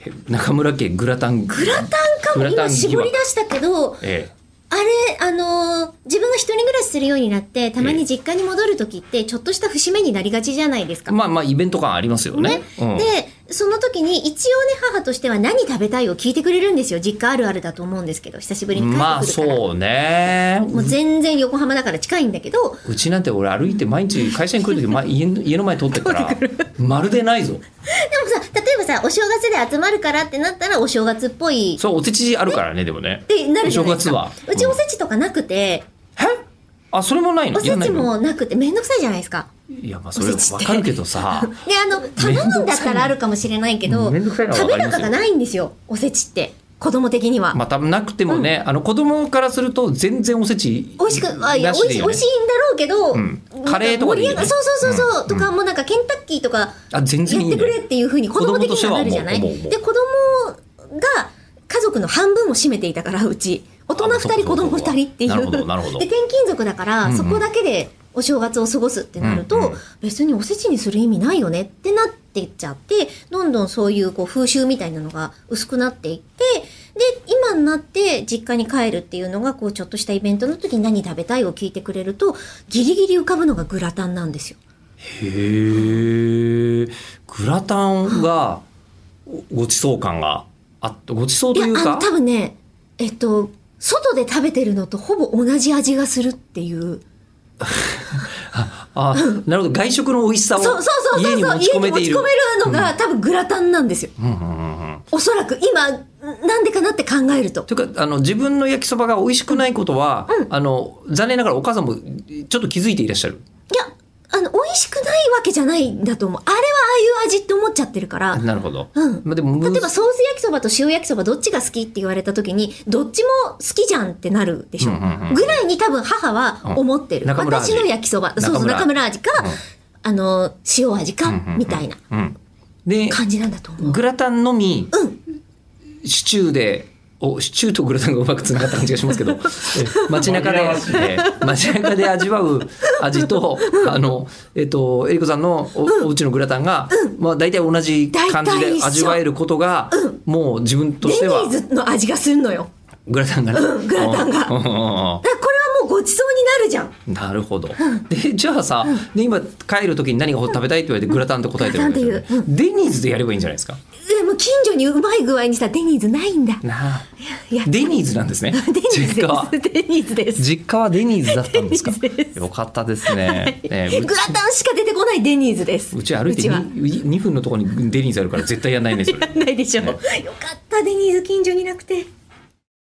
中村家グラタンかも。今絞り出したけど、あれ、自分が一人暮らしするようになって、たまに実家に戻るときって、ちょっとした節目になりがちじゃないですか。 まあ、イベント感ありますよね。 で、その時に、一応ね、母としては何食べたいを聞いてくれるんですよ。実家あるあるだと思うんですけど、久しぶりに帰ってくるから。 そうね。 もう全然横浜だから近いんだけど。 うちなんて俺歩いて毎日会社に来るとき、家の前通ってるから、まるでないぞ。 でもさ、例えばさ、お正月で集まるからってなったら、お正月っぽい。 そう、おせちあるからね、でもね。 ってなるじゃないですか。 お正月は。 うちおせちとかなくて。 あ、それもないの？ おせちもなくてめんどくさいじゃないですか。 いや、まあそれわかるけどさ。 で、頼むんだったらあるかもしれないけど、食べ方がないんですよ、おせちって。子供的には。 まあ多分なくてもね、子供からすると全然おせち美味しいんだろうけど、 カレーとかでいいよね。 そうとか、もうなんかケンタッキーとかやってくれっていう風に子供的にはなるじゃない。で、子供が家族の半分を占めていたから、うち。大人2人、子供2人っていう。で、転勤族だから、そこだけでお正月を過ごすってなると、別におせちにする意味ないよねってなっていっちゃって、どんどんそういう風習みたいなのが薄くなっていって、で、今になって実家に帰るっていうのが、ちょっとしたイベントの時に何食べたいを聞いてくれると、ギリギリ浮かぶのがグラタンなんですよ。 へー。グラタンがごちそう感がごちそうというか、 多分ね、外で食べてるのとほぼ同じ味がするっていう。 なるほど。外食の美味しさを家に持ち込めている。 家に持ち込めるのが多分グラタンなんですよ。おそらく今なんでかなって考えると。 というか自分の焼きそばが美味しくないことは、残念ながらお母さんもちょっと気づいていらっしゃる。 いや、美味しくないわけじゃないんだと思う。あれはああいう味って思っちゃってるから。 なるほど。 でも例えばソース焼きそばと塩焼きそばどっちが好きって言われた時に、どっちも好きじゃんってなるでしょ。ぐらいに多分母は思ってる。私の焼きそば、中村味か、塩味か、みたいな感じなんだと思う。 グラタンのみ、シチューで、シチューとグラタンがうまくつながった感じがしますけど、街中で味わう味と、えりこさんのお家のグラタンが、まあ大体同じ感じで味わえることが、もう自分としては。 デニーズの味がするのよ。 グラタンがね。 グラタンが。これはもうごちそうになるじゃん。 なるほど。で、じゃあさ、今帰る時に何が食べたいって言われてグラタンって答えてるわけですよね。デニーズでやればいいんじゃないですか。 でも近所にうまい具合にしたデニーズないんだ。 デニーズなんですね。 デニーズです。 実家はデニーズだったんですか。よかったですね。 グラタンしか出てこないデニーズです。 うち歩いて2分のところにデニーズあるから絶対やんないね、それ。 やんないでしょ。よかった、デニーズ近所になくて。